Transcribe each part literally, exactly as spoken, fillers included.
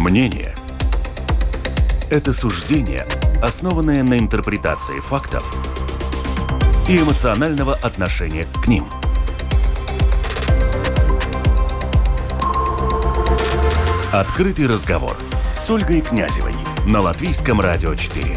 Мнение – это суждение, основанное на интерпретации фактов и эмоционального отношения к ним. Открытый разговор с Ольгой Князевой на Латвийском радио четыре.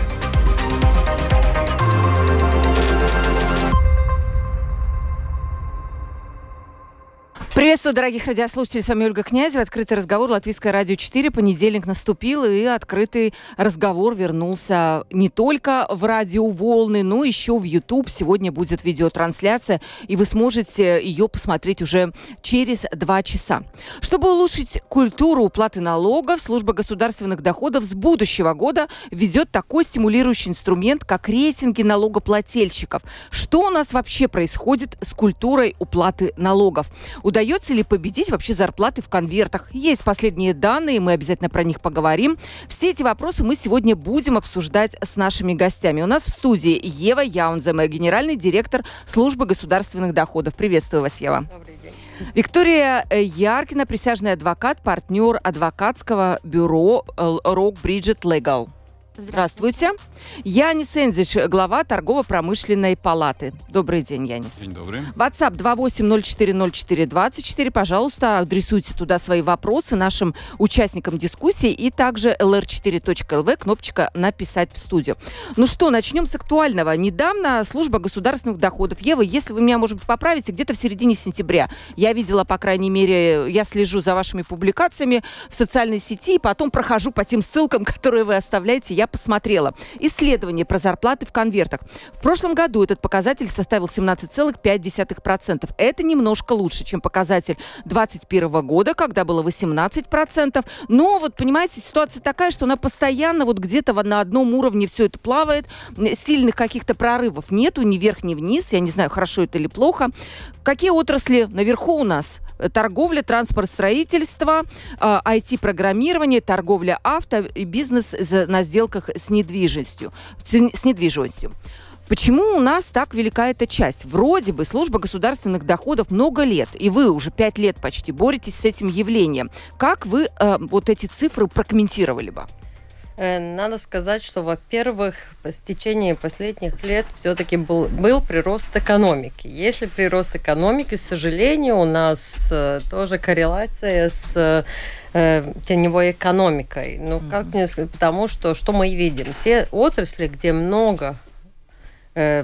Приветствую, дорогих радиослушателей, с вами Ольга Князева. Открытый разговор, Латвийское радио четыре. Понедельник наступил, и открытый разговор вернулся не только в радиоволны, но еще в YouTube. Сегодня будет видеотрансляция, и вы сможете ее посмотреть уже через два часа. Чтобы улучшить культуру уплаты налогов, Служба государственных доходов с будущего года ведет такой стимулирующий инструмент, как рейтинги налогоплательщиков. Что у нас вообще происходит с культурой уплаты налогов? Удается Удается ли победить вообще зарплаты в конвертах? Есть последние данные, мы обязательно про них поговорим. Все эти вопросы мы сегодня будем обсуждать с нашими гостями. У нас в студии Ева Яунземе, генеральный директор Службы государственных доходов. Приветствую вас, Ева. Добрый день. Виктория Яркина, присяжный адвокат, партнер адвокатского бюро Rogue Bridget Legal. Здравствуйте. Янис Энзич, глава торгово-промышленной палаты. Добрый день, Янис. День добрый. WhatsApp два восемь ноль четыре ноль четыре двадцать четыре. Пожалуйста, адресуйте туда свои вопросы нашим участникам дискуссии. И также эл эр четыре точка эл ви, кнопочка «Написать в студию». Ну что, начнем с актуального. Недавно Служба государственных доходов. Ева, если вы меня, может быть, поправите, где-то в середине сентября. Я видела, по крайней мере, я слежу за вашими публикациями в социальной сети, и потом прохожу по тем ссылкам, которые вы оставляете. Я посмотрела. Исследование про зарплаты в конвертах. В прошлом году этот показатель составил семнадцать целых пять десятых процента. Это немножко лучше, чем показатель двадцать первого года, когда было восемнадцать процентов. Но вот, понимаете, ситуация такая, что она постоянно вот где-то на одном уровне все это плавает. Сильных каких-то прорывов нету, ни вверх, ни вниз. Я не знаю, хорошо это или плохо. Какие отрасли наверху у нас? Торговля, транспорт, строительство, ай ти-программирование, торговля авто, бизнес на сделках с недвижимостью. С недвижимостью. Почему у нас так велика эта часть? Вроде бы Служба государственных доходов много лет, и вы уже пять лет почти боретесь с этим явлением. Как вы э, вот эти цифры прокомментировали бы? Надо сказать, что, во-первых, в течение последних лет все-таки был, был прирост экономики. Если прирост экономики, к сожалению, у нас э, тоже корреляция с э, теневой экономикой. Ну, mm-hmm. как мне сказать, потому что, что мы видим? Те отрасли, где много э,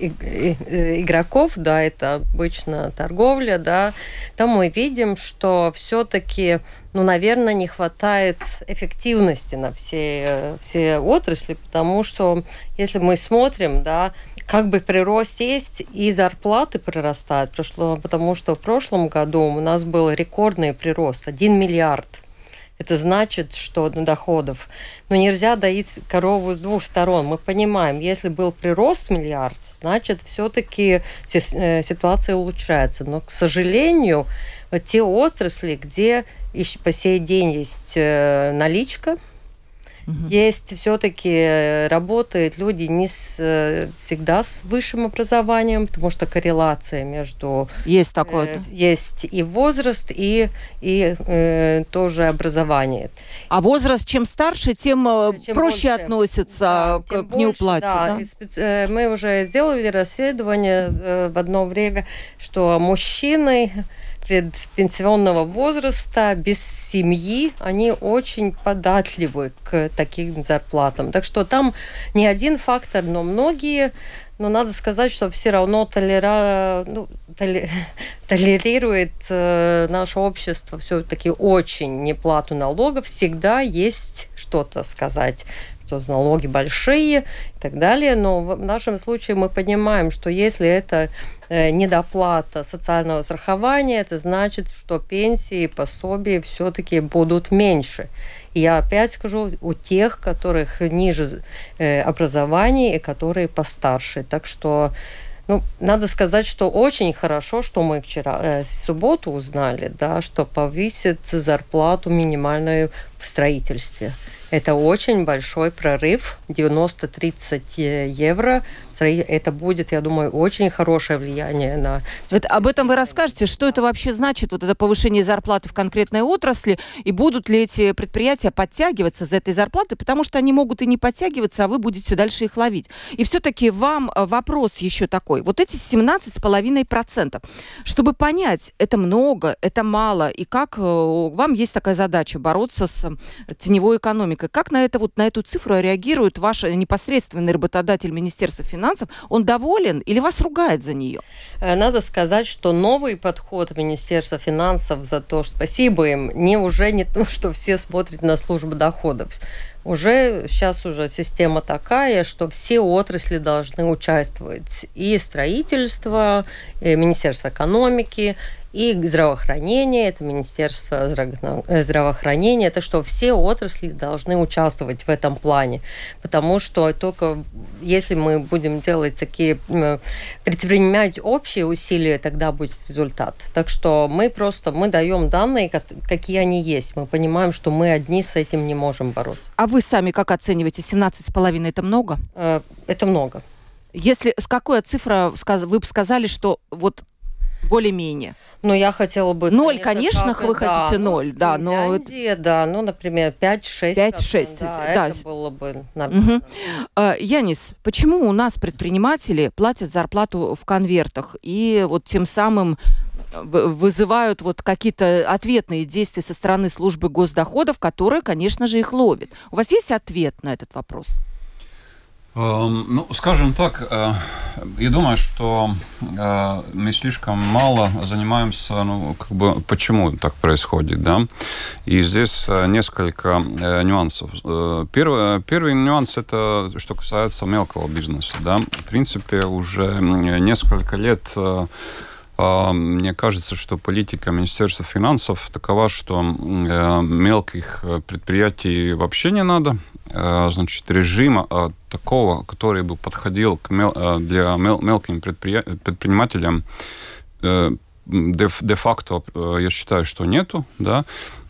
игроков, да, это обычно торговля, да, там мы видим, что все-таки, ну, наверное, не хватает эффективности на все, все отрасли, потому что, если мы смотрим, да, как бы прирост есть, и зарплаты прирастают, потому что в прошлом году у нас был рекордный прирост, один миллиард. Это значит, что доходов. Но нельзя доить корову с двух сторон. Мы понимаем, если был прирост миллиард, значит, все-таки ситуация улучшается. Но, к сожалению, те отрасли, где по сей день есть наличка, угу. есть все-таки работают люди не с, всегда с высшим образованием, потому что корреляция между... Есть такое. Э, есть и возраст, и, и э, тоже образование. А возраст, чем старше, тем, чем проще больше относится да, к, к больше, неуплате. Да. Да? Специ... Мы уже сделали расследование э, в одно время, что мужчины предпенсионного возраста, без семьи, они очень податливы к таким зарплатам. Так что там не один фактор, но многие, но надо сказать, что все равно толера... ну, толер... толерирует э, наше общество все-таки очень неплату налогов. Всегда есть что-то сказать, что налоги большие и так далее. Но в нашем случае мы понимаем, что если это недоплата социального страхования, это значит, что пенсии и пособия все-таки будут меньше. И я опять скажу, у тех, которых ниже э, образования и которые постарше. Так что, ну, надо сказать, что очень хорошо, что мы вчера, э, в субботу узнали, да, что повысит зарплату минимальную в строительстве. Это очень большой прорыв, девяносто тридцать евро. Это будет, я думаю, очень хорошее влияние на... Это, об этом вы расскажете, что это вообще значит, вот это повышение зарплаты в конкретной отрасли, и будут ли эти предприятия подтягиваться за этой зарплаты, потому что они могут и не подтягиваться, а вы будете дальше их ловить. И все-таки вам вопрос еще такой. Вот эти семнадцать целых пять десятых процента, чтобы понять, это много, это мало, и как вам есть такая задача бороться с теневой экономикой, как на, это, вот, на эту цифру реагирует ваш непосредственный работодатель Министерства финансов? Он доволен или вас ругает за нее? Надо сказать, что новый подход Министерства финансов за то, что спасибо им, не уже не то, что все смотрят на службу доходов. Уже сейчас уже система такая, что все отрасли должны участвовать. И строительство, и Министерство экономики, и здравоохранение, это Министерство здравоохранения, это что все отрасли должны участвовать в этом плане, потому что только если мы будем делать такие, предпринимать общие усилия, тогда будет результат. Так что мы просто, мы даем данные, какие они есть, мы понимаем, что мы одни с этим не можем бороться. А вы сами как оцениваете? семнадцать с половиной это много? Это много. Если с какой цифры вы бы сказали, что вот более-менее? Ну, я хотела бы... Ноль, конечно, конечно вы да, хотите ну, ноль, да, но... Финляндия, да, ну, например, пять-шесть процентов. пять-шесть, да, да. это было бы нормально. Угу. Uh, Янис, почему у нас предприниматели платят зарплату в конвертах и вот тем самым вызывают вот какие-то ответные действия со стороны службы госдоходов, которая, конечно же, их ловит? У вас есть ответ на этот вопрос? Ну, скажем так, я думаю, что мы слишком мало занимаемся, ну, как бы, почему так происходит, да, и здесь несколько нюансов. Первый, первый нюанс – это что касается мелкого бизнеса, да, в принципе, уже несколько лет мне кажется, что политика Министерства финансов такова, что мелких предприятий вообще не надо. Значит, режима такого, который бы подходил к мел, для мел, мелким предпри... предпринимателям, де-факто, я считаю, что нету. Да.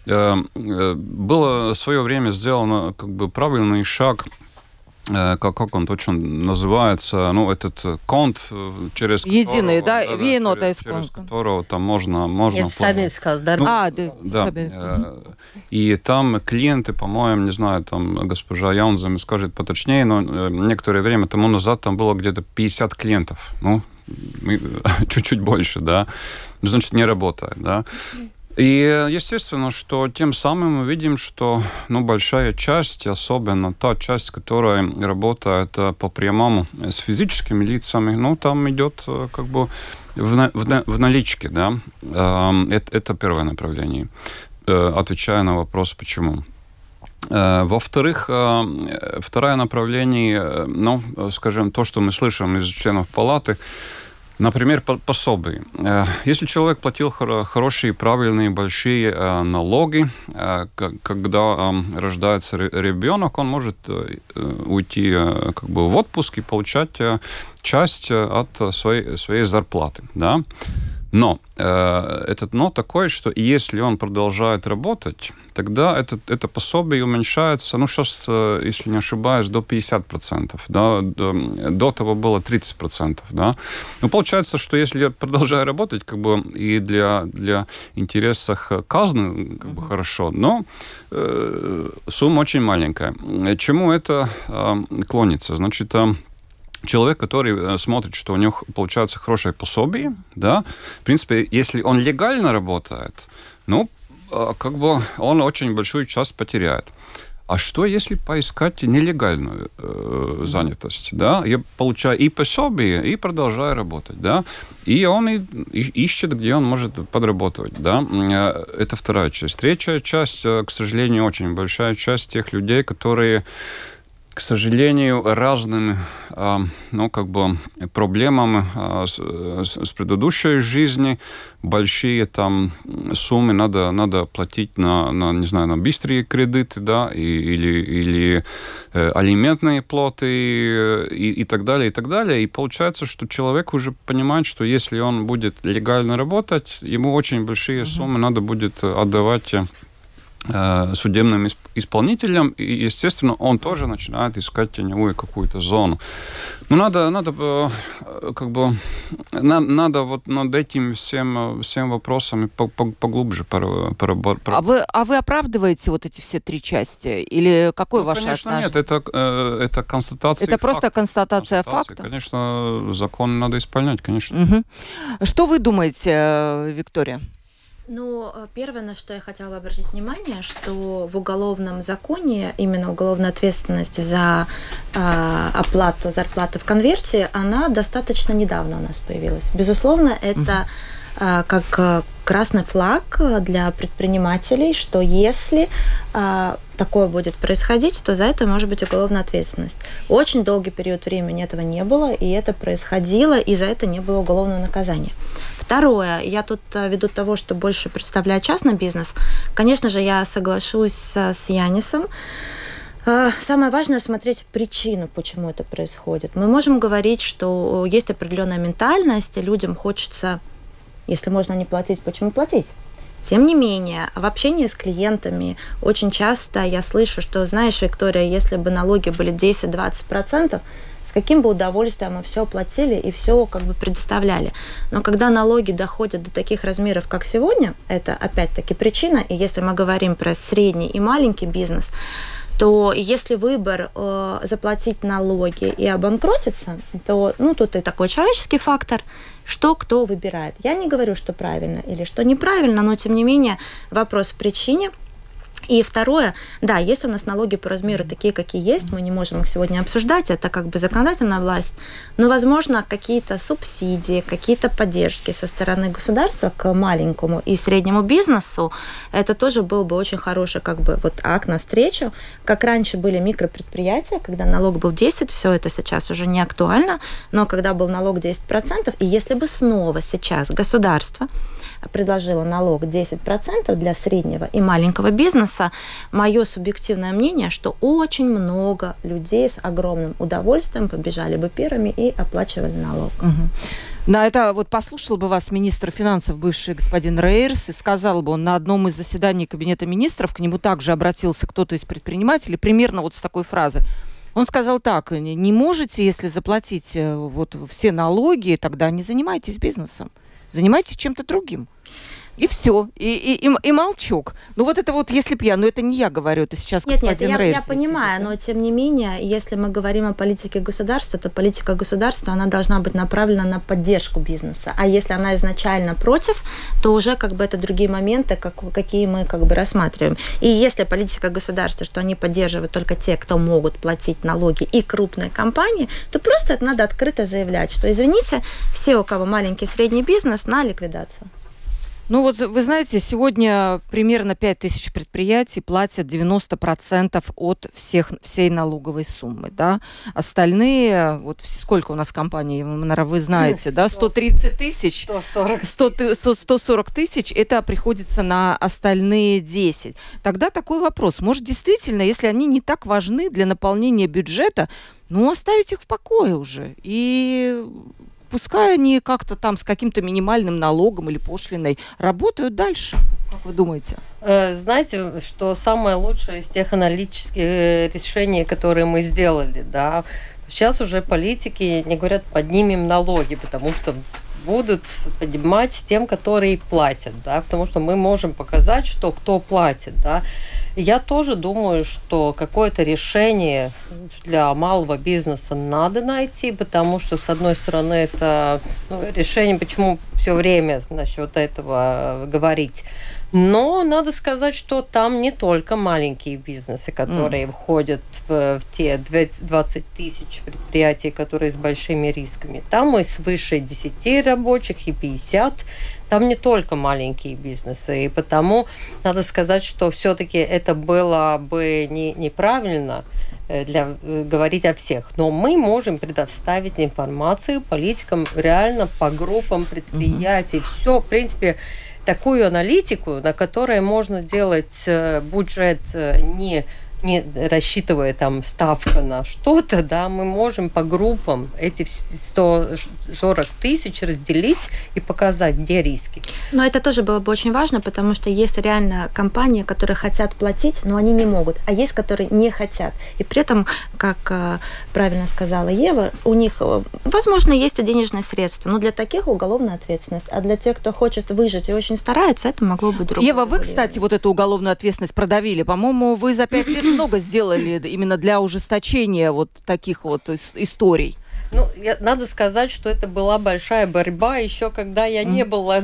Было в свое время сделано как бы правильный шаг, как, как он точно называется, ну, этот конт, через единый, которого, да, да, через, через, через которого там можно... можно Нет, сами сказали. Ну, а, да, да. Э, и там клиенты, по-моему, не знаю, там госпожа Яунзем скажет поточнее, но некоторое время тому назад там было где-то пятьдесят клиентов, ну, чуть-чуть больше, да, значит, не работает, да. И естественно, что тем самым мы видим, что ну, большая часть, особенно та часть, которая работает по прямому с физическими лицами, ну, там идет как бы в, на, в, в наличке. Да? Это, это первое направление, отвечая на вопрос, почему. Во-вторых, второе направление, ну, скажем, то, что мы слышим из членов палаты, например, пособие. Если человек платил хорошие, правильные, большие налоги, когда рождается ребенок, он может уйти как бы в отпуск и получать часть от своей, своей зарплаты. Да? Но э, этот но такой, что если он продолжает работать, тогда этот, это пособие уменьшается, ну, сейчас, э, если не ошибаюсь, до пятьдесят процентов. Да, до, до того было тридцать процентов. Да. Ну, получается, что если я продолжаю работать, как бы и для, для интересов казны, как бы, хорошо, но э, сумма очень маленькая. Чему это э, клонится? Значит, э, человек, который смотрит, что у него получается хорошее пособие, да, в принципе, если он легально работает, ну, как бы он очень большую часть потеряет. А что, если поискать нелегальную э, занятость, да? Я получаю и пособие, и продолжаю работать, да? И он и, и ищет, где он может подработать, да? Это вторая часть. Третья часть, к сожалению, очень большая часть тех людей, которые, к сожалению, разным, ну, как бы, проблемам с, с предыдущей жизни, большие там суммы надо, надо платить на, на, не знаю, на быстрые кредиты, да, и, или, или э, алиментные платы, и, и так далее, и так далее. И получается, что человек уже понимает, что если он будет легально работать, ему очень большие суммы надо будет отдавать судебным исполнителем, и, естественно, он тоже начинает искать теневую какую-то зону. Ну, надо, надо как бы, на, надо вот над этим всем, всем вопросами поглубже поработать. А вы, а вы оправдываете вот эти все три части? Или какое ну, ваше конечно, отношение? Нет, это, это констатация Это просто факта. констатация, констатация факта? Конечно, закон надо исполнять, конечно. Угу. Что вы думаете, Виктория? Ну, первое, на что я хотела бы обратить внимание, что в уголовном законе именно уголовная ответственность за э, оплату зарплаты в конверте, она достаточно недавно у нас появилась. Безусловно, это э, как красный флаг для предпринимателей, что если э, такое будет происходить, то за это может быть уголовная ответственность. Очень долгий период времени этого не было, и это происходило, и за это не было уголовного наказания. Второе, я тут ввиду того, что больше представляю частный бизнес, конечно же, я соглашусь с Янисом. Самое важное – смотреть причину, почему это происходит. Мы можем говорить, что есть определенная ментальность, и людям хочется, если можно не платить, почему платить? Тем не менее, в общении с клиентами очень часто я слышу, что, знаешь, Виктория, если бы налоги были десять-двадцать процентов, с каким бы удовольствием мы все оплатили и все как бы предоставляли. Но когда налоги доходят до таких размеров, как сегодня, это опять-таки причина, и если мы говорим про средний и маленький бизнес, то если выбор э, заплатить налоги и обанкротиться, то ну, тут и такой человеческий фактор, что кто выбирает. Я не говорю, что правильно или что неправильно, но тем не менее вопрос в причине. И второе, да, если у нас налоги по размеру такие, какие есть, мы не можем их сегодня обсуждать, это как бы законодательная власть, но, возможно, какие-то субсидии, какие-то поддержки со стороны государства к маленькому и среднему бизнесу, это тоже был бы очень хороший как бы вот акт навстречу. Как раньше были микропредприятия, когда налог был десять, все это сейчас уже не актуально, но когда был налог десять процентов, и если бы снова сейчас государство предложила налог десять процентов для среднего и маленького бизнеса, мое субъективное мнение, что очень много людей с огромным удовольствием побежали бы первыми и оплачивали налог. Угу. На это вот послушал бы вас министр финансов, бывший господин Рейерс, и сказал бы он на одном из заседаний Кабинета министров, к нему также обратился кто-то из предпринимателей, примерно вот с такой фразой. Он сказал так: не можете, если заплатить вот все налоги, тогда не занимайтесь бизнесом. Занимайтесь чем-то другим. И все. И, и, и, и молчок. Ну вот это вот, если б я, но это не я говорю, это сейчас нет, господин нет, Рейерс. Я, я понимаю, сидит, да? Но тем не менее, если мы говорим о политике государства, то политика государства, она должна быть направлена на поддержку бизнеса. А если она изначально против, то уже как бы это другие моменты, как, какие мы как бы рассматриваем. И если политика государства, что они поддерживают только те, кто могут платить налоги, и крупные компании, то просто это надо открыто заявлять, что, извините, все, у кого маленький и средний бизнес, на ликвидацию. Ну вот вы знаете, сегодня примерно пять тысяч предприятий платят девяносто процентов от всех, всей налоговой суммы, да. Остальные, вот сколько у нас компаний, наверное, вы знаете, да, сто тридцать тысяч, сто сорок тысяч, это приходится на остальные десять. Тогда такой вопрос, может действительно, если они не так важны для наполнения бюджета, ну оставить их в покое уже и... Пускай они как-то там с каким-то минимальным налогом или пошлиной работают дальше. Как вы думаете? Знаете, что самое лучшее из тех аналитических решений, которые мы сделали, да, сейчас уже политики не говорят «поднимем налоги», потому что будут поднимать тем, которые платят, да, потому что мы можем показать, что кто платит, да. Я тоже думаю, что какое-то решение для малого бизнеса надо найти, потому что, с одной стороны, это ну, решение, почему все время насчет этого говорить. Но надо сказать, что там не только маленькие бизнесы, которые mm. входят в, в те двадцать тысяч предприятий, которые с большими рисками. Там и свыше десяти рабочих, и пятьдесят. Там не только маленькие бизнесы. И потому надо сказать, что все-таки это было бы не, неправильно для, говорить о всех. Но мы можем предоставить информацию политикам реально по группам предприятий. Mm-hmm. Все, в принципе, такую аналитику, на которой можно делать бюджет не не рассчитывая там ставка на что-то, да, мы можем по группам эти сто сорок тысяч разделить и показать, где риски. Но это тоже было бы очень важно, потому что есть реально компании, которые хотят платить, но они не могут, а есть, которые не хотят. И при этом, как правильно сказала Ева, у них, возможно, есть и денежные средства, но для таких уголовная ответственность, а для тех, кто хочет выжить и очень старается, это могло быть другое. Ева, вы, кстати, вот эту уголовную ответственность продавили. По-моему, вы за пять лет много сделали именно для ужесточения вот таких вот историй. Ну, я, надо сказать, что это была большая борьба еще, когда я не была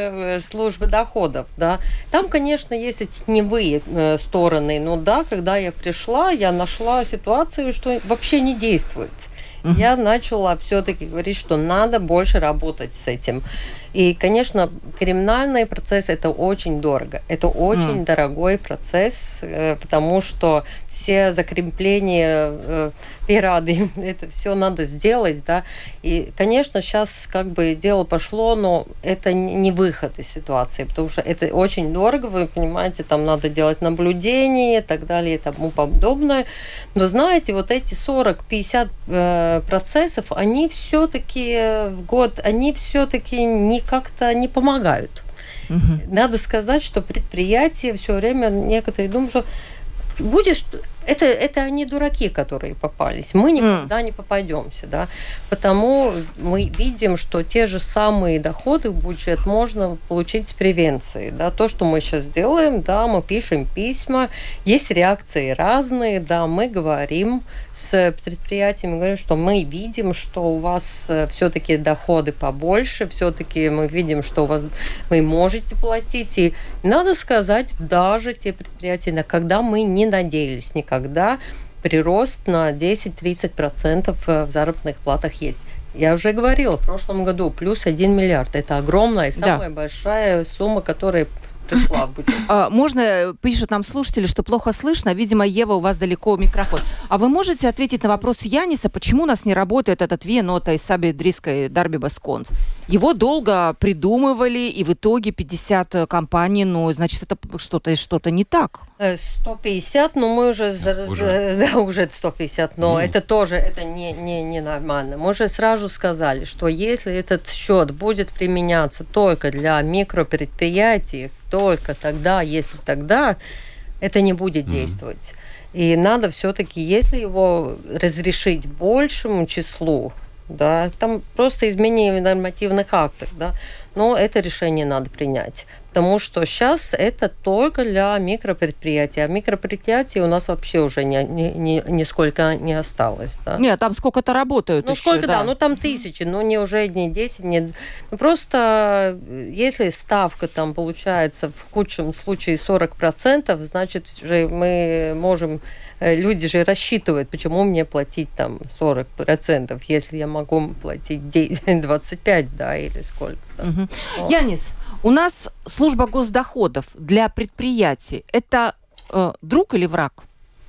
в службе доходов, да. Там, конечно, есть эти теневые э, стороны, но да, когда я пришла, я нашла ситуацию, что вообще не действует. Uh-huh. Я начала все-таки говорить, что надо больше работать с этим. И, конечно, криминальный процесс – это очень дорого. Это очень mm. дорогой процесс, потому что все закрепления пираты, это все надо сделать, да. И, конечно, сейчас как бы дело пошло, но это не выход из ситуации, потому что это очень дорого, вы понимаете, там надо делать наблюдение и так далее и тому подобное. Но, знаете, вот эти сорок-пятьдесят э, процессов, они все-таки в год, они все-таки не как-то не помогают. Угу. Надо сказать, что предприятия все время, некоторые думают, что будешь... Это, это они дураки, которые попались. Мы никогда mm. не попадемся, да. Потому мы видим, что те же самые доходы в бюджет можно получить с превенцией. Да. То, что мы сейчас делаем, да, мы пишем письма, есть реакции разные, да, мы говорим с предприятиями, говорим, что мы видим, что у вас все-таки доходы побольше, все-таки мы видим, что у вас вы можете платить. И надо сказать, даже те предприятия, на когда мы не надеялись никогда, когда прирост на десять-тридцать процентов в заработных платах есть. Я уже говорила, в прошлом году плюс один миллиард. Это огромная и самая да. большая сумма, которая пришла в бюджет. А, можно, пишут нам слушатели, что плохо слышно. Видимо, Ева, у вас далеко микрофон. А вы можете ответить на вопрос Яниса, почему у нас не работает этот Виенота из Саби-Дрийской Дарби Басконс? Его долго придумывали, и в итоге пятьдесят компаний, ну, значит, это что-то, что-то не так. сто пятьдесят, но мы уже... Уже, да, уже сто пятьдесят, но mm. это тоже это не, не, не нормально. Мы уже сразу сказали, что если этот счет будет применяться только для микропредприятий, только тогда, если тогда, это не будет mm. действовать. И надо все-таки, если его разрешить большему числу, да, там просто изменение нормативных актов, да, но это решение надо принять. Потому что сейчас это только для микропредприятий. А микропредприятий у нас вообще уже не, не, не, нисколько не осталось. Да? Нет, там сколько-то работают ну, еще. Сколько, да. да, ну там тысячи, но не уже не десять, не... Ну, просто если ставка там получается в худшем случае сорок процентов, значит, же мы можем... Люди же рассчитывают, почему мне платить там сорок процентов, если я могу платить двадцать пять процентов, да, или сколько. Угу. Янис, у нас служба госдоходов для предприятий – это э, друг или враг?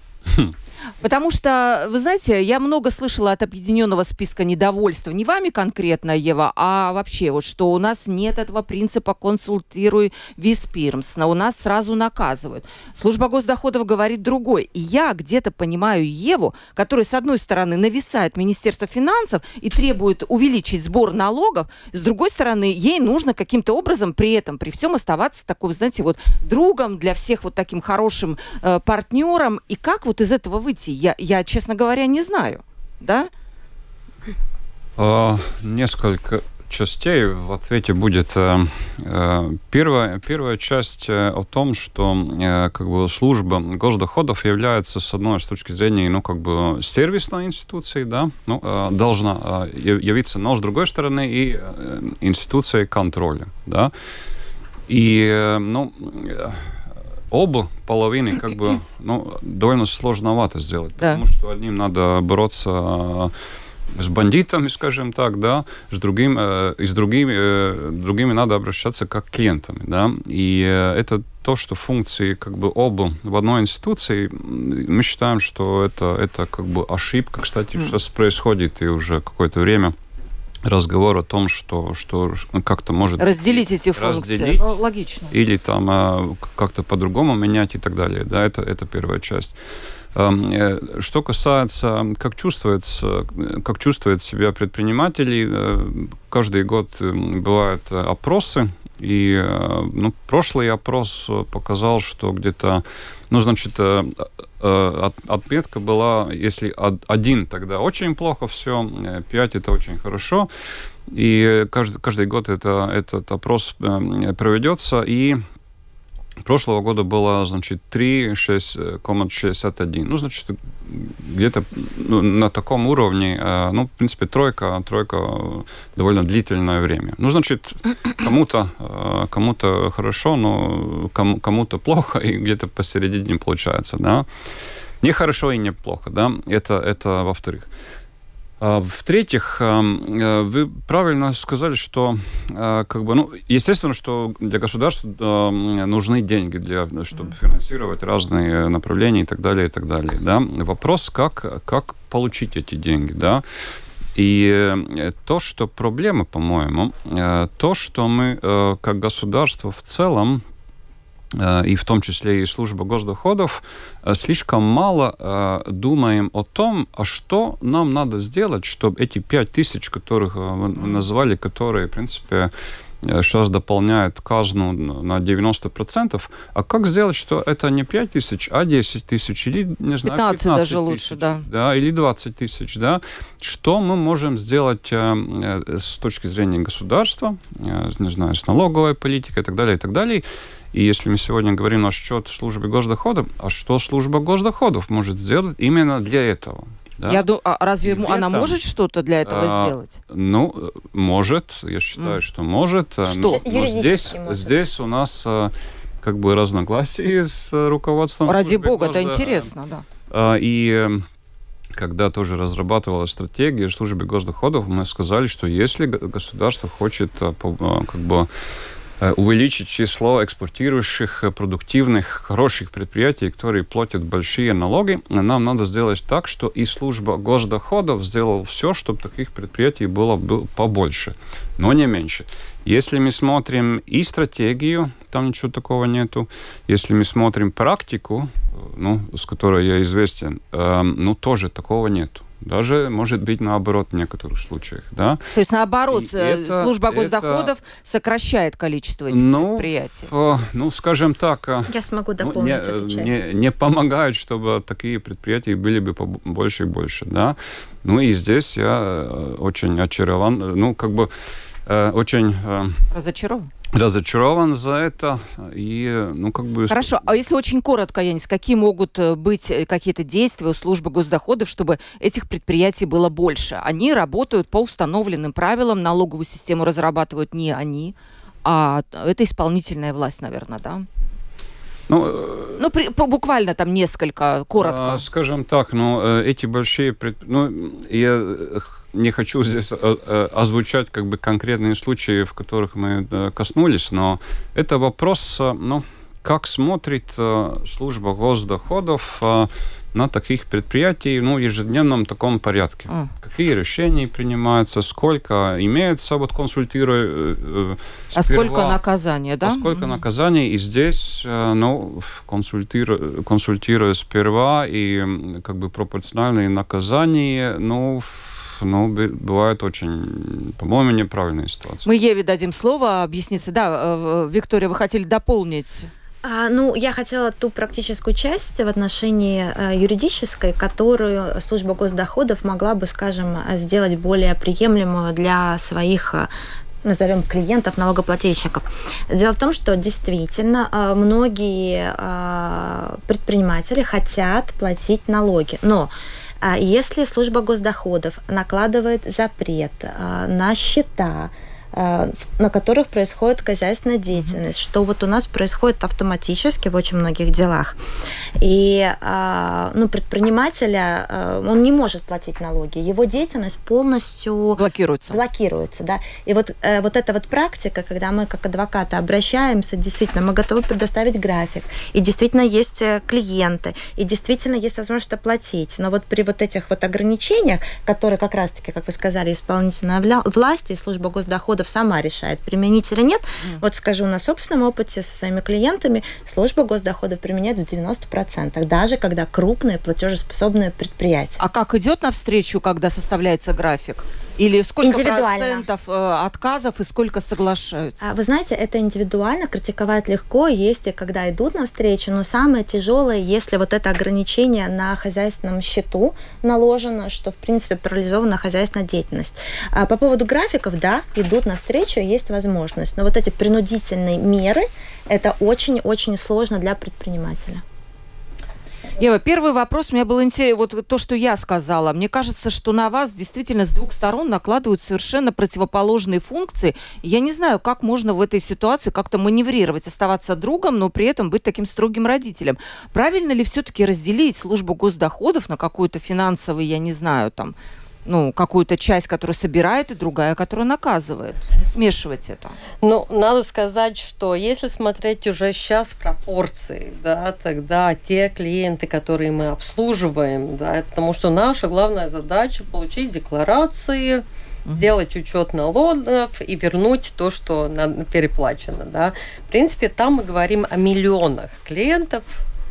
Потому что, вы знаете, я много слышала от объединенного списка недовольства, не вами конкретно, Ева, а вообще, вот, что у нас нет этого принципа «консультируй виспирмс», у нас сразу наказывают. Служба госдоходов говорит другое. И я где-то понимаю Еву, которая, с одной стороны, нависает Министерство финансов и требует увеличить сбор налогов, с другой стороны, ей нужно каким-то образом при этом, при всем оставаться такой, знаете, вот другом для всех, вот таким хорошим э, партнером. И как вот из этого выйти? Я, я, честно говоря, не знаю, да? Uh, несколько частей в ответе будет. Uh, uh, первая, первая часть uh, о том, что uh, как бы служба госдоходов является, с одной с точки зрения, ну, как бы сервисной институцией, да, ну, uh, должна uh, явиться, но с другой стороны и uh, институцией контроля, да. И, uh, ну, uh, оба половины как бы ну, довольно сложновато сделать, да. Потому что одним надо бороться с бандитами, скажем так, да, с другим, э, и с другими, э, другими надо обращаться как к клиентам, да, и э, это то, что функции как бы оба в одной институции, мы считаем, что это, это как бы ошибка, кстати, mm. сейчас происходит и уже какое-то время разговор о том, что, что как-то может... Разделить эти функции. Разделить, ну, логично. Или там как-то по-другому менять и так далее. Да, это, это первая часть. Что касается, как чувствуется, как чувствуют себя предприниматели, каждый год бывают опросы, и ну, прошлый опрос показал, что где-то, ну, значит, отметка была, если один, тогда очень плохо все, пять это очень хорошо, и каждый, каждый год это, этот опрос проведется, и прошлого года было, значит, три шесть шестьдесят один. Ну, значит, где-то ну, на таком уровне, ну, в принципе, тройка, тройка довольно длительное время. Ну, значит, кому-то, кому-то хорошо, но кому- кому-то плохо, и где-то посередине получается, да. Не хорошо и не плохо, да, это, это во-вторых. В-третьих, вы правильно сказали, что, как бы, ну, естественно, что для государства нужны деньги, для, чтобы финансировать разные направления и так далее, и так далее. Да? Вопрос, как, как получить эти деньги, да? И то, что проблема, по-моему, то, что мы, как государство в целом, и в том числе и служба госдоходов, слишком мало э, думаем о том, а что нам надо сделать, чтобы эти пять тысяч, которых вы назвали, которые, в принципе, сейчас дополняют казну на девяносто процентов, а как сделать, что это не пять тысяч, а десять тысяч, или, не знаю, пятнадцать, пятнадцать даже тысяч, лучше, да. да, или двадцать тысяч, да, что мы можем сделать э, с точки зрения государства, э, не знаю, с налоговой политикой и так далее, и так далее. И если мы сегодня говорим насчет службы госдоходов, а что служба госдоходов может сделать именно для этого? Да? Я думаю, а разве Где она там? может что-то для этого а, сделать? Ну, может, я считаю, mm. что может. Что? Но, но здесь, здесь у нас как бы разногласия с руководством. Ради бога, госда... это интересно, да. И когда тоже разрабатывалась стратегия службы госдоходов, мы сказали, что если государство хочет как бы увеличить число экспортирующих, продуктивных, хороших предприятий, которые платят большие налоги, нам надо сделать так, что и служба госдоходов сделала все, чтобы таких предприятий было, было побольше, но не меньше. Если мы смотрим и стратегию, там ничего такого нету. Если мы смотрим практику, ну, с которой я известен, э, ну, тоже такого нету. Даже, может быть, наоборот в некоторых случаях, да. То есть, наоборот, И это, служба госдоходов это, сокращает количество этих ну, предприятий. Э, ну, скажем так... Я смогу дополнить не, эту часть. Не, не помогают, чтобы такие предприятия были бы больше и больше, да. Ну, и здесь я очень очарован, ну, как бы, э, очень... Э, Разочарован? Разочарован за это. И, ну, как бы... Хорошо, а если очень коротко, Янис, какие могут быть какие-то действия у службы госдоходов, чтобы этих предприятий было больше? Они работают по установленным правилам, налоговую систему разрабатывают не они, а это исполнительная власть, наверное, да? Ну, ну при, буквально там несколько, коротко. Скажем так, ну, эти большие... Предп... Ну, я... Не хочу здесь озвучать как бы конкретные случаи, в которых мы коснулись, но это вопрос, ну, как смотрит служба госдоходов на таких предприятий, ну, в ежедневном таком порядке. А. Какие решения принимаются, сколько имеется, вот консультируя сперва. А сколько наказания, да? А сколько mm-hmm. наказаний, и здесь, ну, консультируя, консультируя сперва, и как бы пропорциональные наказания, ну, ну, бывает очень, по-моему, неправильная ситуация. Мы Еве дадим слово объясниться. Да, Виктория, вы хотели дополнить? А, ну, я хотела ту практическую часть в отношении э, юридической, которую служба госдоходов могла бы, скажем, сделать более приемлемую для своих, назовем, клиентов, налогоплательщиков. Дело в том, что действительно э, многие э, предприниматели хотят платить налоги, но если служба госдоходов накладывает запрет на счета, на которых происходит хозяйственная деятельность, mm-hmm. что вот у нас происходит автоматически в очень многих делах. И ну, предпринимателя, он не может платить налоги, его деятельность полностью блокируется. блокируется, да. И вот, вот эта вот практика, когда мы как адвокаты обращаемся, действительно, мы готовы предоставить график, и действительно есть клиенты, и действительно есть возможность оплатить. Но вот при вот этих вот ограничениях, которые как раз-таки, как вы сказали, исполнительная власть и служба госдоходов сама решает, применить или нет, mm. вот скажу на собственном опыте со своими клиентами, служба госдоходов применяет в девяноста процентах, даже когда крупные платежеспособные предприятия. А как идет навстречу, когда составляется график? Или сколько процентов отказов и сколько соглашаются? Вы знаете, это индивидуально, критиковать легко, есть и когда идут навстречу, но самое тяжелое, если вот это ограничение на хозяйственном счету наложено, что, в принципе, парализована хозяйственная деятельность. А по поводу графиков, да, идут навстречу, есть возможность, но вот эти принудительные меры, это очень-очень сложно для предпринимателя. Ева, первый вопрос у меня был интересен, вот то, что я сказала. Мне кажется, что на вас действительно с двух сторон накладывают совершенно противоположные функции. Я не знаю, как можно в этой ситуации как-то маневрировать, оставаться другом, но при этом быть таким строгим родителем. Правильно ли все-таки разделить службу госдоходов на какой-то финансовый, я не знаю, там, ну, какую-то часть, которая собирает, и другая, которая наказывает. Смешивать это. Ну, надо сказать, что если смотреть уже сейчас пропорции, да, тогда те клиенты, которые мы обслуживаем, да, потому что наша главная задача получить декларации, mm-hmm. сделать учет налогов и вернуть то, что переплачено, да. В принципе, там мы говорим о миллионах клиентов,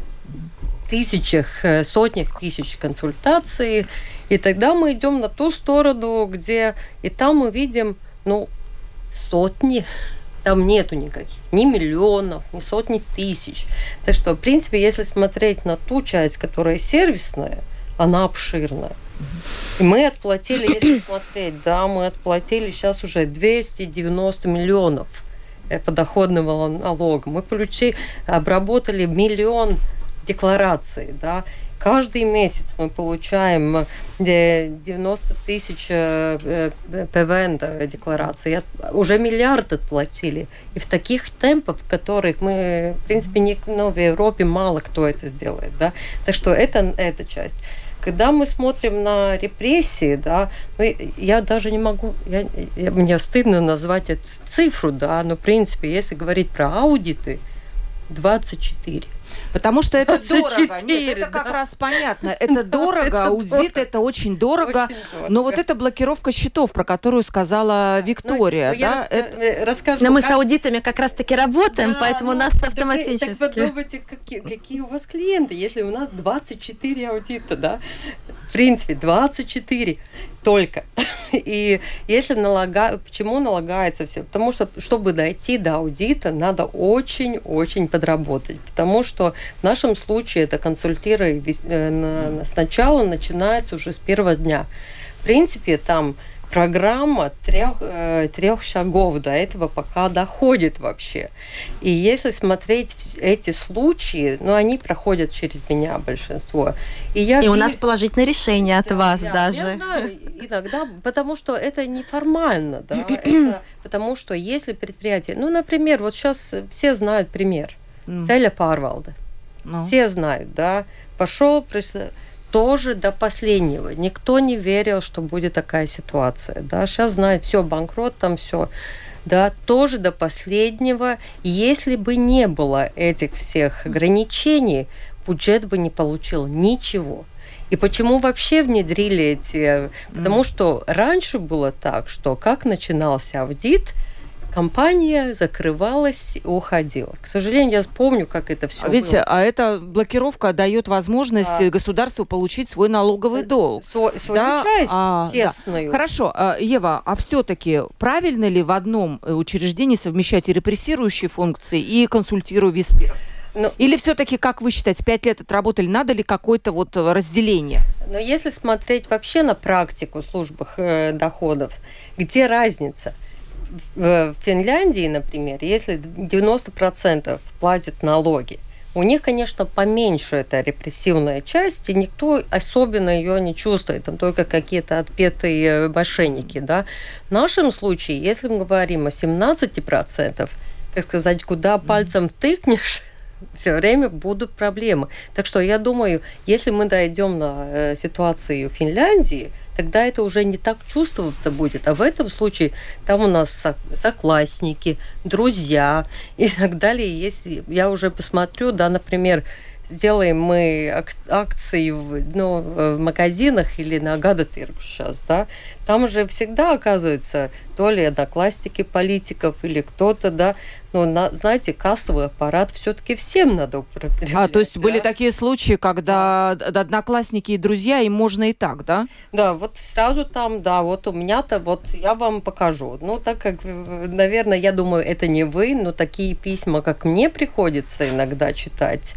тысячах, сотнях тысяч консультаций. И тогда мы идем на ту сторону, где и там мы видим, ну, сотни, там нету никаких, ни миллионов, ни сотни тысяч. Так что, в принципе, если смотреть на ту часть, которая сервисная, она обширная. И мы отплатили, если смотреть, да, мы отплатили сейчас уже двести девяносто миллионов подоходного налога. Мы получили, обработали миллион деклараций, да. Каждый месяц мы получаем девяносто тысяч пэ вэ эн деклараций. Уже миллиард отплатили. И в таких темпах, в которых мы, в принципе, не, ну, в Европе мало кто это сделает. Да? Так что это эта часть. Когда мы смотрим на репрессии, да, ну, я даже не могу, я, я, мне стыдно назвать эту цифру, да, но, в принципе, если говорить про аудиты, двадцать четыре. Потому что это дорого. Нет, это да. как раз понятно. Это дорого, аудит, это очень дорого. Очень дорого. Но вот эта блокировка счетов, про которую сказала Виктория, ну, да, рас... это... расскажу. Но мы как... с аудитами как раз-таки работаем, да, поэтому ну, у нас автоматически. Так, так подумайте, какие, какие у вас клиенты, если у нас двадцать четыре аудита, да? В принципе, двадцать четыре только. И если налага... Почему налагается все? Потому что, чтобы дойти до аудита, надо очень-очень подработать. Потому что в нашем случае это консультирование сначала начинается уже с первого дня. В принципе, там программа трех, э, трех шагов до этого пока доходит вообще. И если смотреть эти случаи, ну, они проходят через меня большинство. И, я и вижу... у нас положительное решение от да, вас да, даже. Я знаю, иногда, потому что это неформально, да, это потому что если предприятие, ну, например, вот сейчас все знают пример, mm. Ceļa pārvalde, no. Все знают, да, пошел, пришел, тоже до последнего. Никто не верил, что будет такая ситуация. Да? Сейчас знают, все, банкрот, там все. Да, тоже до последнего. Если бы не было этих всех ограничений, бюджет бы не получил ничего. И почему вообще внедрили эти... Потому что раньше было так, что как начинался аудит, компания закрывалась и уходила. К сожалению, я помню, как это все а видите, было. А эта блокировка дает возможность да. государству получить свой налоговый долг. Со, свою да? часть а, честную. Да. Хорошо, Ева, а все-таки правильно ли в одном учреждении совмещать и репрессирующие функции, и консультируя виспирс? Ну, или все-таки, как вы считаете, пять лет отработали, надо ли какое-то вот разделение? Но если смотреть вообще на практику службы э, доходов, где разница? В Финляндии, например, если девяносто процентов платят налоги, у них, конечно, поменьше эта репрессивная часть, и никто особенно ее не чувствует, там только какие-то отпетые мошенники. Да? В нашем случае, если мы говорим о семнадцати процентах, как сказать, куда пальцем тыкнешь, Все время будут проблемы. Так что я думаю, если мы дойдем на э, ситуацию в Финляндии, тогда это уже не так чувствоваться будет. А в этом случае там у нас со- соклассники, друзья и так далее. Если я уже посмотрю, да, например, сделаем мы ак- акции в, ну, в магазинах или на Гадатиргу сейчас, да, там же всегда оказывается то ли одноклассники политиков или кто-то, да, но, на, знаете, кассовый аппарат все-таки всем надо употреблять. А, то есть да? были такие случаи, когда да. одноклассники и друзья, им можно и так, да? Да, вот сразу там, да, вот у меня-то, вот я вам покажу. Ну, так как, наверное, я думаю, это не вы, но такие письма, как мне приходится иногда читать,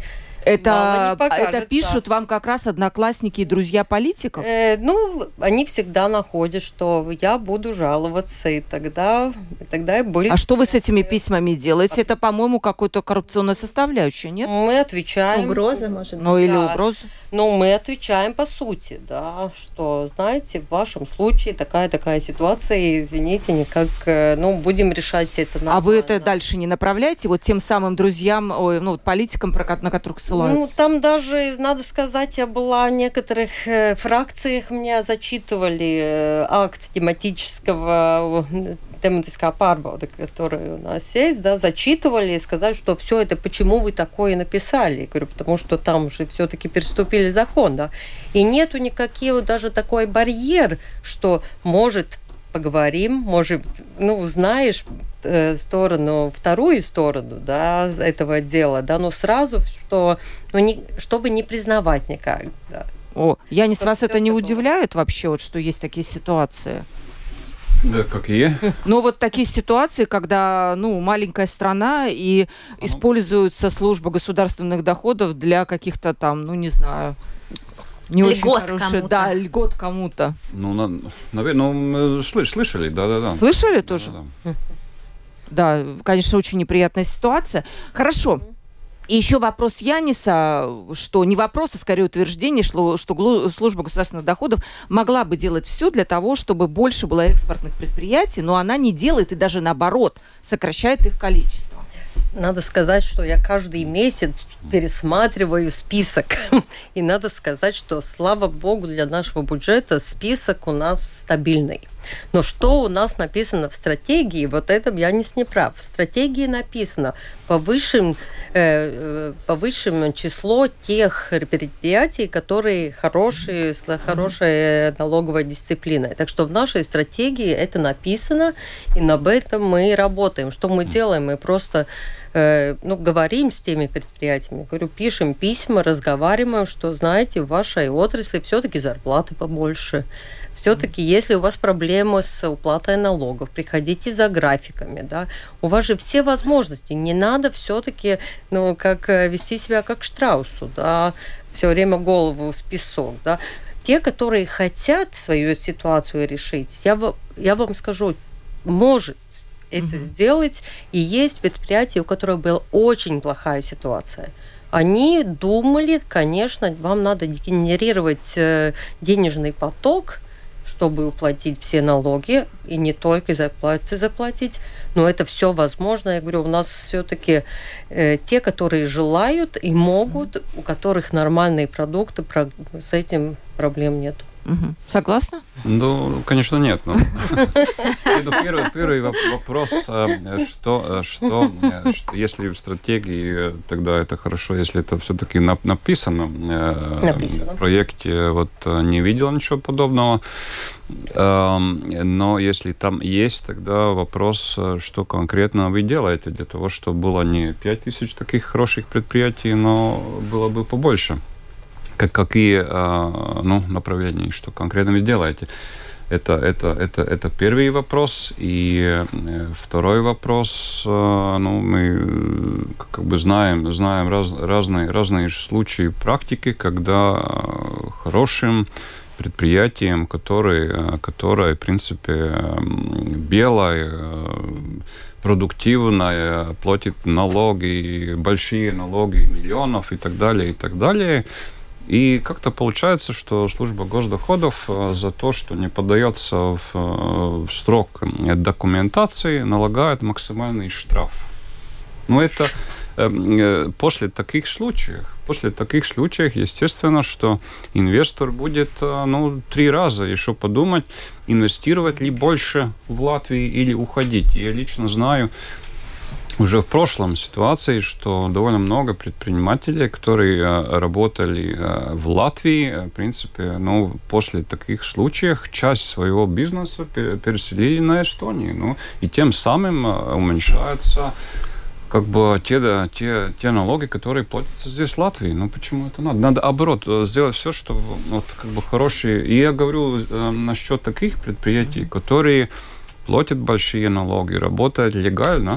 Это, покажет, это пишут да. вам как раз одноклассники и друзья политиков? Э, ну, они всегда находят, что я буду жаловаться, и тогда, и тогда и были... А что вы с этими письмами делаете? Это, по-моему, какой-то коррупционная составляющая, нет? Мы отвечаем... Угрозы, может быть. Ну, или да. угрозы? Ну, мы отвечаем по сути, да, что, знаете, в вашем случае такая-такая ситуация, и, извините, никак, ну, будем решать это нормально. А вы это дальше не направляете вот тем самым друзьям, ой, ну, политикам, на которых ссылаются? Ну, там даже, надо сказать, я была в некоторых э, фракциях, меня зачитывали э, акт тематического тематического парбода, который у нас есть, да, зачитывали и сказали, что все это, почему вы такое написали. Я говорю, потому что там уже все-таки переступили закон, да. И нету никакого даже такой барьер, что, может, поговорим, может, ну, узнаешь э, сторону, вторую сторону, да, этого дела, да, но сразу, что, ну, не, чтобы не признавать никак, да. О, Янис, Вот вас это не такое. удивляет вообще, вот, что есть такие ситуации? Да, какие? Ну, вот такие ситуации, когда, ну, маленькая страна, и Ну. используется служба государственных доходов для каких-то там, ну, не знаю, не очень Льгот хороших... кому-то. Да, льгот кому-то. Ну, на, наверное, ну, мы слыш- слышали, да-да-да. Слышали тоже? Да-да-да. Да, конечно, очень неприятная ситуация. Хорошо. И еще вопрос Яниса, что не вопрос, а скорее утверждение, что, что глу- служба государственных доходов могла бы делать все для того, чтобы больше было экспортных предприятий, но она не делает и даже наоборот сокращает их количество. Надо сказать, что я каждый месяц пересматриваю список. И надо сказать, что, слава богу, для нашего бюджета список у нас стабильный. Но что у нас написано в стратегии, вот это я не прав. В стратегии написано повышим, э, повышим число тех предприятий, которые хорошие, с хорошей налоговой дисциплиной. Так что в нашей стратегии это написано, и об этом мы работаем. Что мы делаем? Мы просто э, ну, говорим с теми предприятиями, говорю, пишем письма, разговариваем, что, знаете, в вашей отрасли все-таки зарплаты побольше. Все-таки, если у вас проблемы с уплатой налогов, приходите за графиками, да. У вас же все возможности. Не надо все-таки, ну, как вести себя как Штраусу, да, все время голову в песок, да. Те, которые хотят свою ситуацию решить, я, я вам скажу, может это mm-hmm. сделать. И есть предприятия, у которых была очень плохая ситуация. Они думали, конечно, вам надо генерировать денежный поток, чтобы уплатить все налоги, и не только зарплаты заплатить, но это все возможно. Я говорю, у нас все-таки э, те, которые желают и могут, у которых нормальные продукты, про, с этим проблем нет. Угу. Согласна? Ну, конечно, нет. Но... Первый, первый вопрос, что, что, что, если в стратегии, тогда это хорошо, если это все-таки написано, написано. В проекте, вот не видел ничего подобного. Но если там есть, тогда вопрос, что конкретно вы делаете для того, чтобы было не пять тысяч таких хороших предприятий, но было бы побольше. Как, какие ну, направления, что конкретно вы делаете? Это, это, это, это первый вопрос. И второй вопрос, ну, мы как бы знаем, знаем раз, разные, разные случаи практики, когда хорошим предприятиям, которые, которые в принципе, белое, продуктивное, платит налоги, большие налоги, миллионов и так далее, и так далее. И как-то получается, что служба госдоходов за то, что не поддается в, в срок документации, налагает максимальный штраф. Ну, это, после таких случаев, после таких случаев, естественно, что инвестор будет, ну, три раза еще подумать, инвестировать ли больше в Латвии или уходить. Я лично знаю уже в прошлом ситуации, что довольно много предпринимателей, которые работали в Латвии, в принципе, ну, после таких случаев часть своего бизнеса переселили на Эстонию. Ну, и тем самым уменьшается как бы те, те, те налоги, которые платятся здесь в Латвии. Ну, почему это надо? Надо, наоборот, сделать все, чтобы вот, как бы хорошие... И я говорю э, насчет таких предприятий, которые платят большие налоги, работают легально.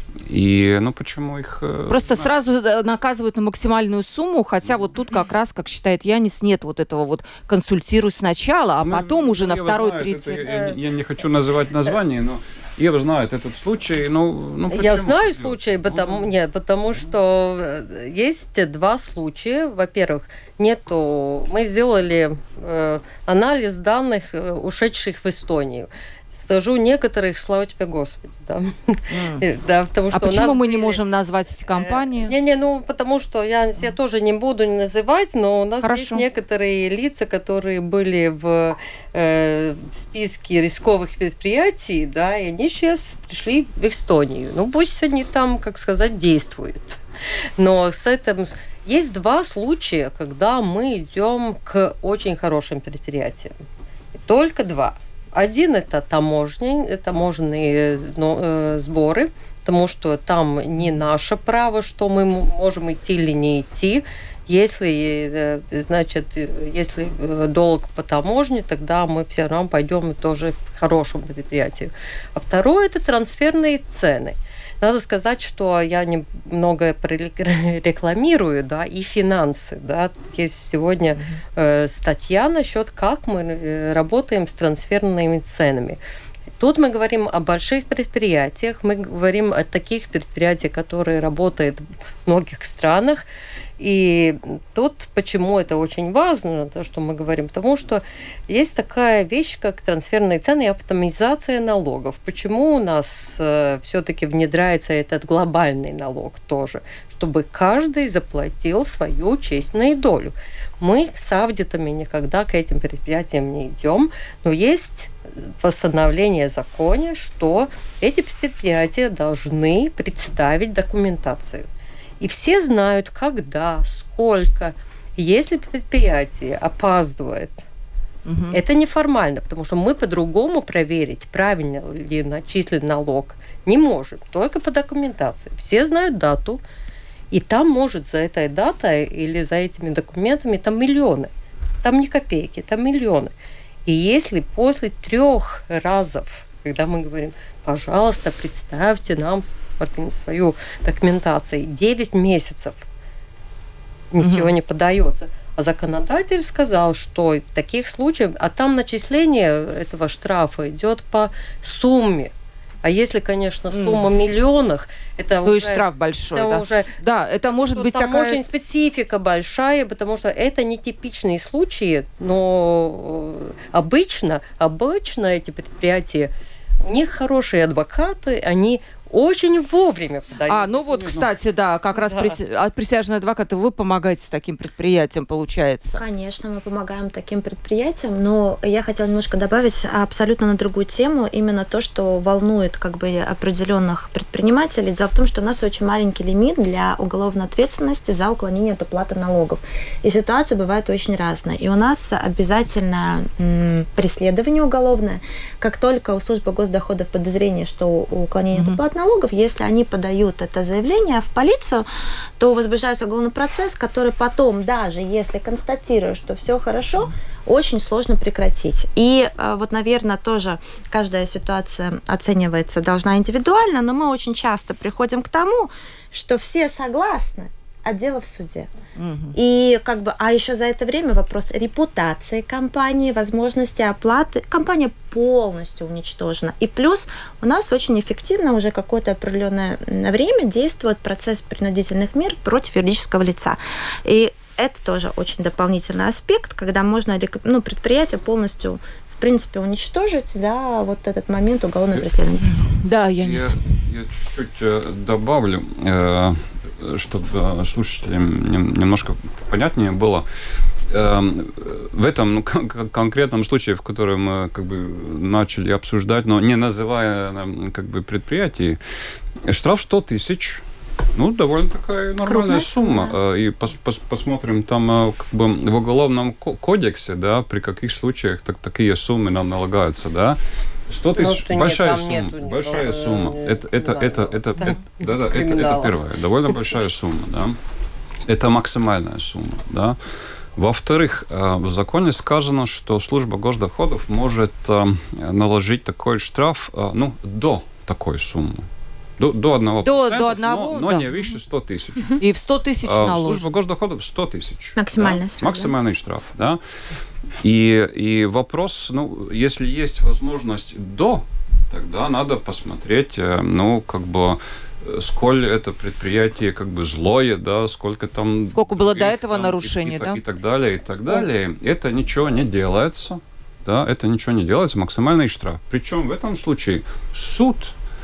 И, ну, почему их... Просто сразу наказывают на максимальную сумму, хотя вот тут как раз, как считает Янис, нет вот этого вот «консультируй сначала, а потом ну, уже на второй, знает, третий... Я, я не хочу называть название, но Ева знает этот случай. Ну, ну, я знаю случай, потому, ну, нет, потому что есть два случая. Во-первых, нету... Мы сделали э, анализ данных, ушедших в Эстонию. Скажу некоторых, слава тебе, Господи, да. Mm. да потому что а почему мы были... не можем назвать эти компании? Не-не, ну, потому что я, я тоже не буду не называть, но у нас Хорошо. Есть некоторые лица, которые были в, э, в списке рисковых предприятий, да, и они сейчас пришли в Эстонию. Ну, пусть они там, как сказать, действуют. Но с этим... Есть два случая, когда мы идем к очень хорошим предприятиям. Только два. Один – это таможни, таможенные сборы, потому что там не наше право, что мы можем идти или не идти. Если, значит, если долг по таможне, тогда мы все равно пойдем тоже к хорошему предприятию. А второе – это трансферные цены. Надо сказать, что я немного рекламирую, да, и финансы, да. Есть сегодня э, статья насчет, как мы работаем с трансферными ценами. Тут мы говорим о больших предприятиях, мы говорим о таких предприятиях, которые работают в многих странах. И тут почему это очень важно, то, что мы говорим, потому что есть такая вещь, как трансферные цены и оптимизация налогов. Почему у нас э, все-таки внедряется этот глобальный налог тоже? Чтобы каждый заплатил свою честную долю. Мы с аудитами никогда к этим предприятиям не идем, но есть постановление закона, что эти предприятия должны представить документацию. И все знают, когда, сколько. Если предприятие опаздывает, угу. это неформально, потому что мы по-другому проверить, правильно ли начислен налог, не можем, только по документации. Все знают дату, и там может за этой датой или за этими документами там миллионы. Там не копейки, там миллионы. И если после трех разов, когда мы говорим, пожалуйста, представьте нам свою документацию, девять месяцев ничего mm-hmm. не подается. А законодатель сказал, что в таких случаях, а там начисление этого штрафа идет по сумме. А если, конечно, сумма mm. в миллионах, это То уже... есть штраф большой, это да? Уже, да, это может быть там такая... очень специфика большая, потому что это нетипичные случаи, но обычно, обычно эти предприятия, у них хорошие адвокаты, они очень вовремя подают. А, ну вот, кстати, да, как раз да. прися... присяжные адвокаты, вы помогаете таким предприятиям, получается? Конечно, мы помогаем таким предприятиям, но я хотела немножко добавить абсолютно на другую тему, именно то, что волнует как бы определенных предпринимателей. Дело в том, что у нас очень маленький лимит для уголовной ответственности за уклонение от уплаты налогов. И ситуации бывают очень разные. И у нас обязательно м, преследование уголовное. Как только у службы госдоходов подозрение, что уклонение mm-hmm. от уплаты налогов, если они подают это заявление в полицию, то возбуждается уголовный процесс, который потом, даже если констатируют, что все хорошо, очень сложно прекратить. И вот, наверное, тоже каждая ситуация оценивается должна индивидуально, но мы очень часто приходим к тому, что все согласны, а дело в суде. Угу. И как бы, а еще за это время вопрос репутации компании, возможности оплаты. Компания полностью уничтожена. И плюс у нас очень эффективно уже какое-то определенное время действует процесс принудительных мер против юридического лица. И это тоже очень дополнительный аспект, когда можно ну, предприятие полностью в принципе уничтожить за вот этот момент уголовного преследования. Да, я не я, я чуть-чуть добавлю. чтобы слушателям немножко понятнее было, в этом ну, конкретном случае, в котором мы как бы начали обсуждать, но не называя как бы предприятий, штраф сто тысяч. Ну, довольно такая нормальная сумма. сумма. И пос, пос, посмотрим там как бы в уголовном кодексе, да, при каких случаях так, такие суммы нам налагаются, да. сто тысяч – большая сумма. Нету, большая нету, сумма. Это, это, да, это, это, да, это, да, да, это, это первое. Довольно большая сумма, да. Это максимальная сумма, да. Во-вторых, в законе сказано, что служба госдоходов может наложить такой штраф, ну, до такой суммы. До, до одного до, процента, до одного, но, но да. не выше сто тысяч. И в сто тысяч наложит. Служба госдоходов сто тысяч. Максимальный да? штраф. Максимальный да? штраф, да. И, и вопрос, ну, если есть возможность до, тогда надо посмотреть, ну, как бы, сколь это предприятие как бы злое, да, сколько там... Сколько было до этого там, нарушений, и, и, да? И так далее, и так далее. Да. Это ничего не делается, да, это ничего не делается, максимальный штраф. Причем в этом случае суд...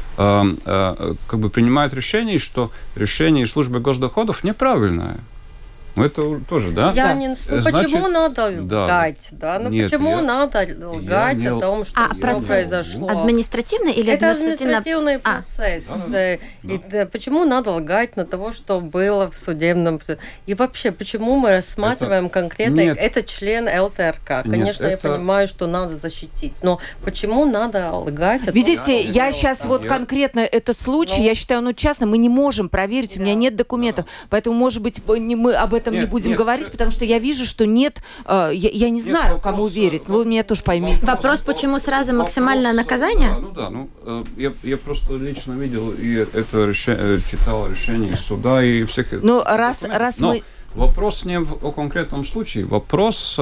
как бы принимает решение, что решение службы госдоходов неправильное. Ну, это тоже, да? Я да. не... Ну, Значит, почему надо да. лгать? Да? Ну, Нет, почему я... надо лгать не... о том, что а, все процесс произошло? Административный или это административный? административный процесс. А. Да. И, да, почему надо лгать на того, что было в судебном... И вообще, почему мы рассматриваем это... конкретно... Нет. Это член эл тэ эр ка. Конечно, Нет, это... я понимаю, что надо защитить. Но почему надо лгать? Видите, я было? сейчас вот я... конкретно этот случай, ну... я считаю, ну, частно мы не можем проверить, да. у меня нет документов. Да. Поэтому, может быть, мы об этом нет, не будем нет. говорить, потому что я вижу, что нет, э, я, я не нет, знаю, вопрос, кому верить. Но вы меня тоже поймите. Вопрос, почему сразу максимальное вопрос, наказание? Да, ну да, ну э, я, я просто лично видел и это решение, читал решение суда и всех. Ну раз, раз Но мы. Вопрос не в, о конкретном случае, вопрос,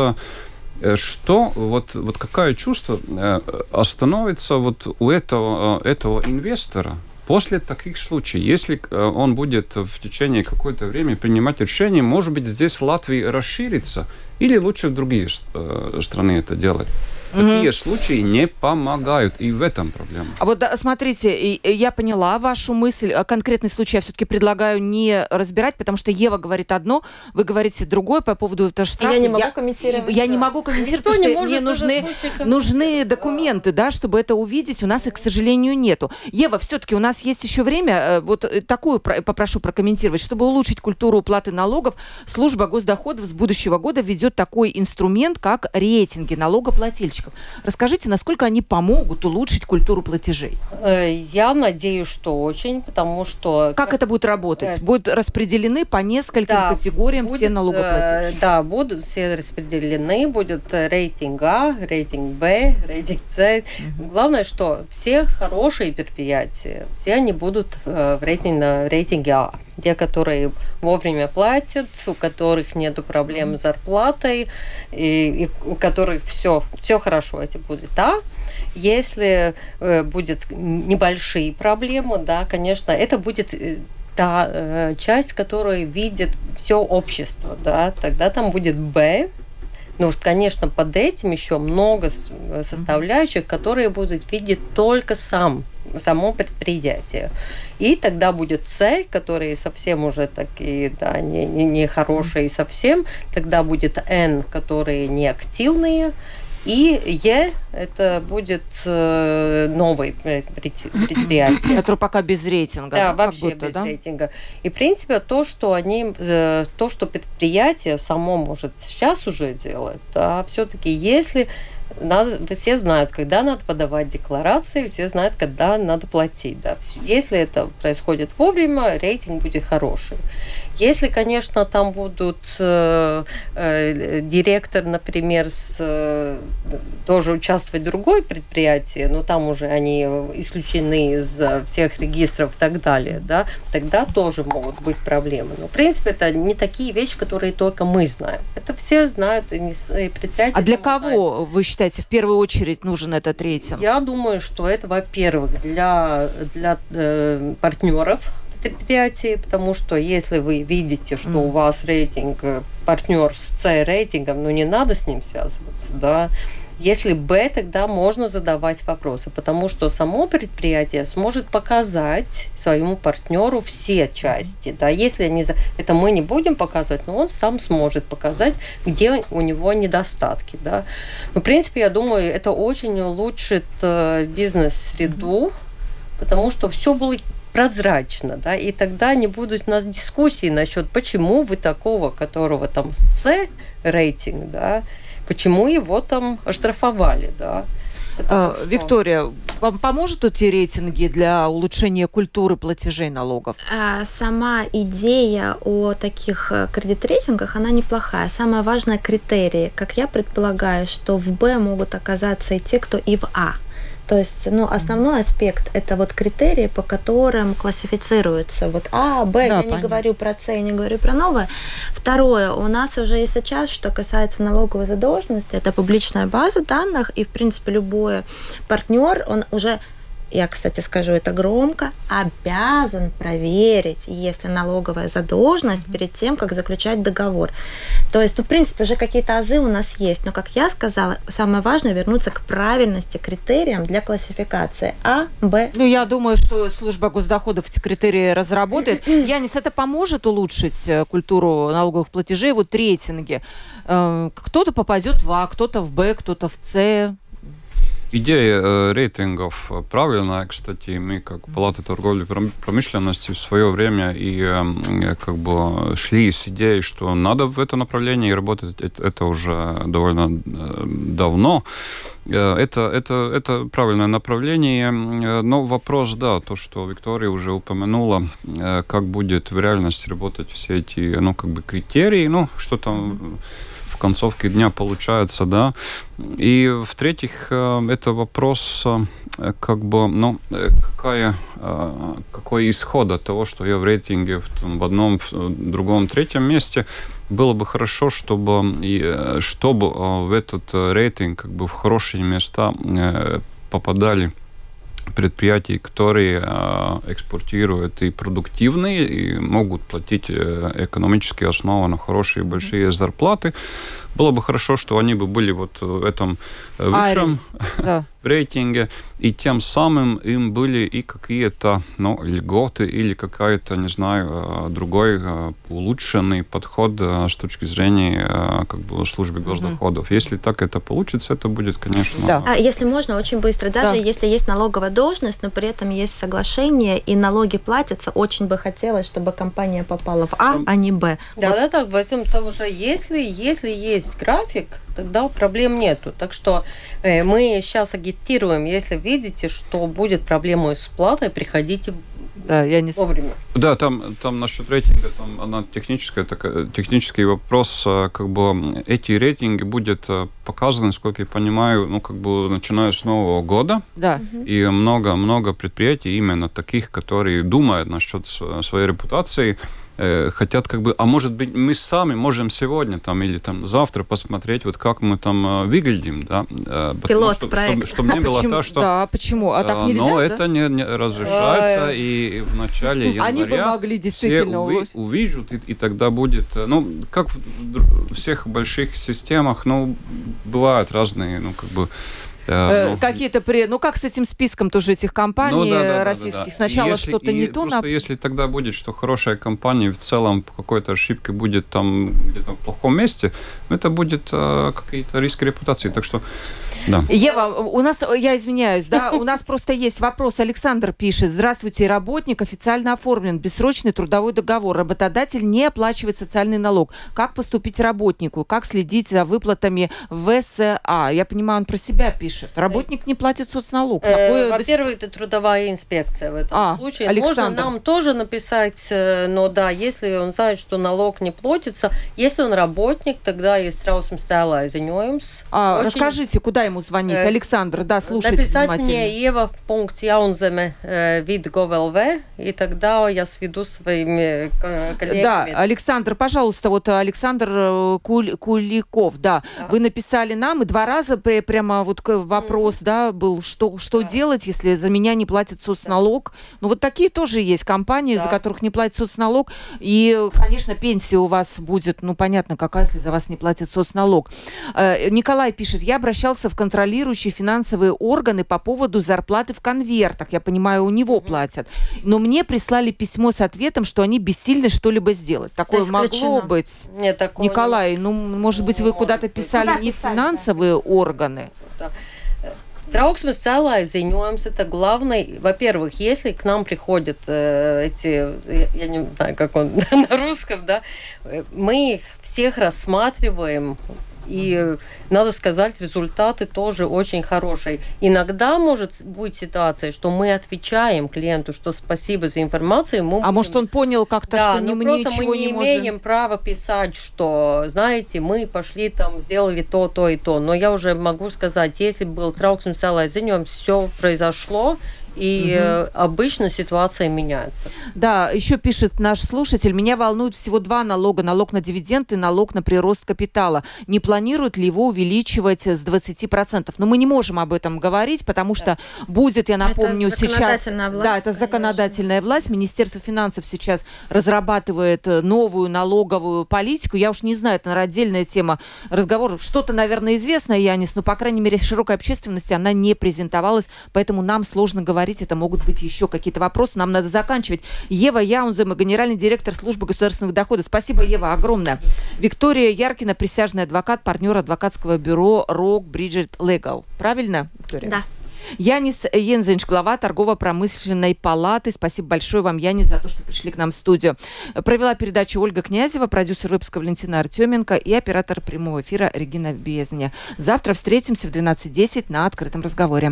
э, что вот вот какое чувство э, остановится вот у этого э, этого инвестора. После таких случаев, если он будет в течение какое-то времени принимать решение, может быть, здесь Латвия расширится, или лучше в другие э, страны это делать. Такие mm-hmm. случаи не помогают, и в этом проблема. А вот да, смотрите, я поняла вашу мысль. Конкретный случай я все-таки предлагаю не разбирать, потому что Ева говорит одно, вы говорите другое по поводу этого штрафа. Я не могу комментировать. Я не могу комментировать, потому не что мне нужны, нужны документы, да, чтобы это увидеть. У нас их, к сожалению, нету. Ева, все-таки у нас есть еще время. Вот такую попрошу прокомментировать. Чтобы улучшить культуру уплаты налогов, служба госдоходов с будущего года ведет такой инструмент, как рейтинги налогоплательщиков. Расскажите, насколько они помогут улучшить культуру платежей? Я надеюсь, что очень, потому что... Как это будет работать? Будут распределены по нескольким да, категориям будет, все налогоплательщики? Да, будут все распределены. Будет рейтинг А, рейтинг Б, рейтинг С. Угу. Главное, что все хорошие предприятия, все они будут в рейтинге, рейтинге А. Те, которые вовремя платят, у которых нет проблем с зарплатой, и, и у которых все, все хорошо, это будет А. Если э, будет небольшие проблемы, да, конечно, это будет та э, часть, которая видит все общество, да, тогда там будет Б. Ну, конечно, под этим еще много составляющих, которые будут видеть только сам, само предприятие. И тогда будет С, которые совсем уже такие, да, не, не, не хорошие совсем. Тогда будет Н, которые неактивные. И Е – это будет э, новый предприятие. Который пока без рейтинга. Да, ну, вообще будто, без да? рейтинга. И, в принципе, то, что они, э, то, что предприятие само может сейчас уже делать, да, все-таки если надо, все знают, когда надо подавать декларации, все знают, когда надо платить. Да. Если это происходит вовремя, рейтинг будет хороший. Если, конечно, там будут э, э, директор, например, с, э, тоже участвовать в другое предприятие, но там уже они исключены из всех регистров и так далее, да, тогда тоже могут быть проблемы. Но, в принципе, это не такие вещи, которые только мы знаем. Это все знают, и предприятия. А для кого, знают. Вы считаете, в первую очередь нужен этот рейтинг? Я думаю, что это, во-первых, для, для э, партнеров предприятий, потому что если вы видите, что mm. у вас рейтинг, партнер с С рейтингом, ну не надо с ним связываться, да. Если Б, тогда можно задавать вопросы, потому что само предприятие сможет показать своему партнеру все части. Да? Если они... это мы не будем показывать, но он сам сможет показать, где у него недостатки. Да? Но, в принципе, я думаю, это очень улучшит бизнес-среду, потому что все было прозрачно, да, и тогда не будут у нас дискуссий насчет, почему вы такого, которого там С рейтинг, да, почему его там оштрафовали, да. А, Виктория, вам поможет эти рейтинги для улучшения культуры платежей налогов? Сама идея о таких кредит-рейтингах, она неплохая. Самое важное критерии. Как я предполагаю, что в Б могут оказаться и те, кто и в А. То есть, ну, основной аспект – это вот критерии, по которым классифицируется вот А, Б, да, я понятно. Не говорю про С, я не говорю про новое. Второе, у нас уже и сейчас, что касается налоговой задолженности, это публичная база данных, и, в принципе, любой партнер, он уже, я, кстати, скажу это громко, обязан проверить, есть ли налоговая задолженность перед тем, как заключать договор. То есть, ну, в принципе, уже какие-то азы у нас есть. Но, как я сказала, самое важное вернуться к правильности, критериям для классификации А, Б. Ну, я думаю, что служба госдоходов эти критерии разработает. Янис, это поможет улучшить культуру налоговых платежей? Вот рейтинги. Кто-то попадет в А, кто-то в Б, кто-то в С. Идея э, рейтингов правильная, кстати, мы как Палата торговли и промышленности в свое время и э, как бы шли с идеей, что надо в это направление и работать это, это уже довольно э, давно. Э, это, это, это правильное направление, но вопрос, да, то, что Виктория уже упомянула, э, как будет в реальности работать все эти, ну, как бы критерии, ну, что там... в концовке дня получается, да. И в-третьих, это вопрос, как бы, ну, какая, какой исход от того, что я в рейтинге в, в одном, в другом, третьем месте. Было бы хорошо, чтобы, и, чтобы в этот рейтинг, как бы, в хорошие места попадали предприятия, которые экспортируют и продуктивные, и могут платить экономически основанно хорошие большие зарплаты. Было бы хорошо, что они бы были вот в этом высшем да. рейтинге, и тем самым им были и какие-то, ну, льготы или какая-то, не знаю, другой улучшенный подход с точки зрения как бы службы госдоходов. Mm-hmm. Если так это получится, это будет, конечно... Да. А если можно, очень быстро. Даже да. если есть налоговая должность, но при этом есть соглашение, и налоги платятся, очень бы хотелось, чтобы компания попала в А, а не Б. Да, вот. да, так, возьмем того же, если, если есть график, тогда проблем нету. Так что э, мы сейчас агитируем, если видите, что будет проблема с платой, приходите да, я не... вовремя. Да, там, там насчет рейтинга, там она техническая, такая, технический вопрос, как бы эти рейтинги будут показаны, насколько я понимаю, ну, как бы начиная с Нового года. Да. И много-много предприятий именно таких, которые думают насчет своей репутации, хотят как бы, а может быть, мы сами можем сегодня там или там завтра посмотреть, вот как мы там выглядим, да. Пилот-проект. Чтобы, чтобы не а было почему? так, что... Да, почему? А так нельзя, но да? это не, не разрешается, и в начале января Они бы могли действительно все уви- увидят, и, и тогда будет... Ну, как в всех больших системах, ну, бывают разные, ну, как бы... Ну, какие-то при... Ну, как с этим списком тоже этих компаний ну, да, да, российских? Да, да, да. Сначала если, что-то не то... Просто на... если тогда будет, что хорошая компания в целом по какой-то ошибке будет там где-то в плохом месте, это будет э, какие-то риски репутации. Так что, да. Ева, у нас, я извиняюсь, да, у нас просто есть вопрос. Александр пишет. Здравствуйте, работник официально оформлен бессрочный трудовой договор. Работодатель не оплачивает социальный налог. Как поступить работнику? Как следить за выплатами в эс а? Я понимаю, он про себя пишет. Работник не платит соцналог. Такое... Во-первых, это трудовая инспекция в этом а, случае. Александр. Можно нам тоже написать, но да, если он знает, что налог не платится, если он работник, тогда есть trausmstēlā ziņojums. А, Очень... Расскажите, куда ему звонить? Э, Александр, да, слушайте написать внимательно. мне eva punkt jaunzeme vid точка gov точка эл ви, и тогда я сведу своими коллегами. Да, Александр, пожалуйста, вот Александр Куль, Куликов, да, а. Вы написали нам, и два раза при, прямо вот вопрос, mm. да, был, что, что да. делать, если за меня не платит соцналог. Да. Ну, вот такие тоже есть компании, да. за которых не платит соцналог. И, конечно, пенсия у вас будет, ну, понятно, какая, если за вас не платит соцналог. Николай пишет, я обращался в контролирующие финансовые органы по поводу зарплаты в конвертах. Я понимаю, у него платят. Но мне прислали письмо с ответом, что они бессильны что-либо сделать. Такое могло быть. Нет, такого Николай, не... ну, может быть, вы куда-то писали Куда не писали, финансовые органы? Да. Трауksmes cēlājs ziņojums это главный. Во-первых, если к нам приходят э, эти, я не знаю, как он на русском, да, мы их всех рассматриваем. И, надо сказать, результаты тоже очень хорошие. Иногда может быть ситуация, что мы отвечаем клиенту, что спасибо за информацию. Мы а будем... может, он понял как-то, да, что не, мы просто ничего мы не, не имеем можем... права писать, что, знаете, мы пошли там, сделали то, то и то. Но я уже могу сказать, если был Trauksmes cēlājs ziņojums, все произошло, и угу. обычно ситуация меняется. Да, еще пишет наш слушатель, меня волнует всего два налога, налог на дивиденды и налог на прирост капитала. Не планируют ли его увеличивать с двадцати процентов? Но мы не можем об этом говорить, потому что да. будет, я напомню, это сейчас... Власть, да, это законодательная власть. Министерство финансов сейчас разрабатывает новую налоговую политику. Я уж не знаю, это, наверное, отдельная тема разговора. Что-то, наверное, известно, Янис, но, по крайней мере, широкой общественности она не презентовалась, поэтому нам сложно говорить. Это могут быть еще какие-то вопросы. Нам надо заканчивать. Ева Яунзема, генеральный директор службы государственных доходов. Спасибо, Ева, огромное. Виктория Яркина, присяжный адвокат, партнер адвокатского бюро Рок Бриджит Легал. Правильно, Виктория? Да. Янис Йензенш, глава торгово-промышленной палаты. Спасибо большое вам, Янис, за то, что пришли к нам в студию. Провела передачу Ольга Князева, продюсер выпуска Валентина Артеменко и оператор прямого эфира Регина Безня. Завтра встретимся в двенадцать десять на открытом разговоре.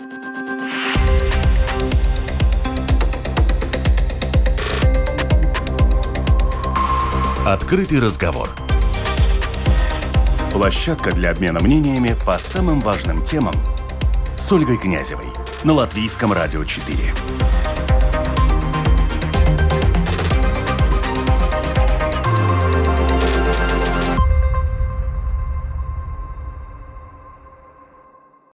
Открытый разговор. Площадка для обмена мнениями по самым важным темам с Ольгой Князевой на Латвийском радио четыре.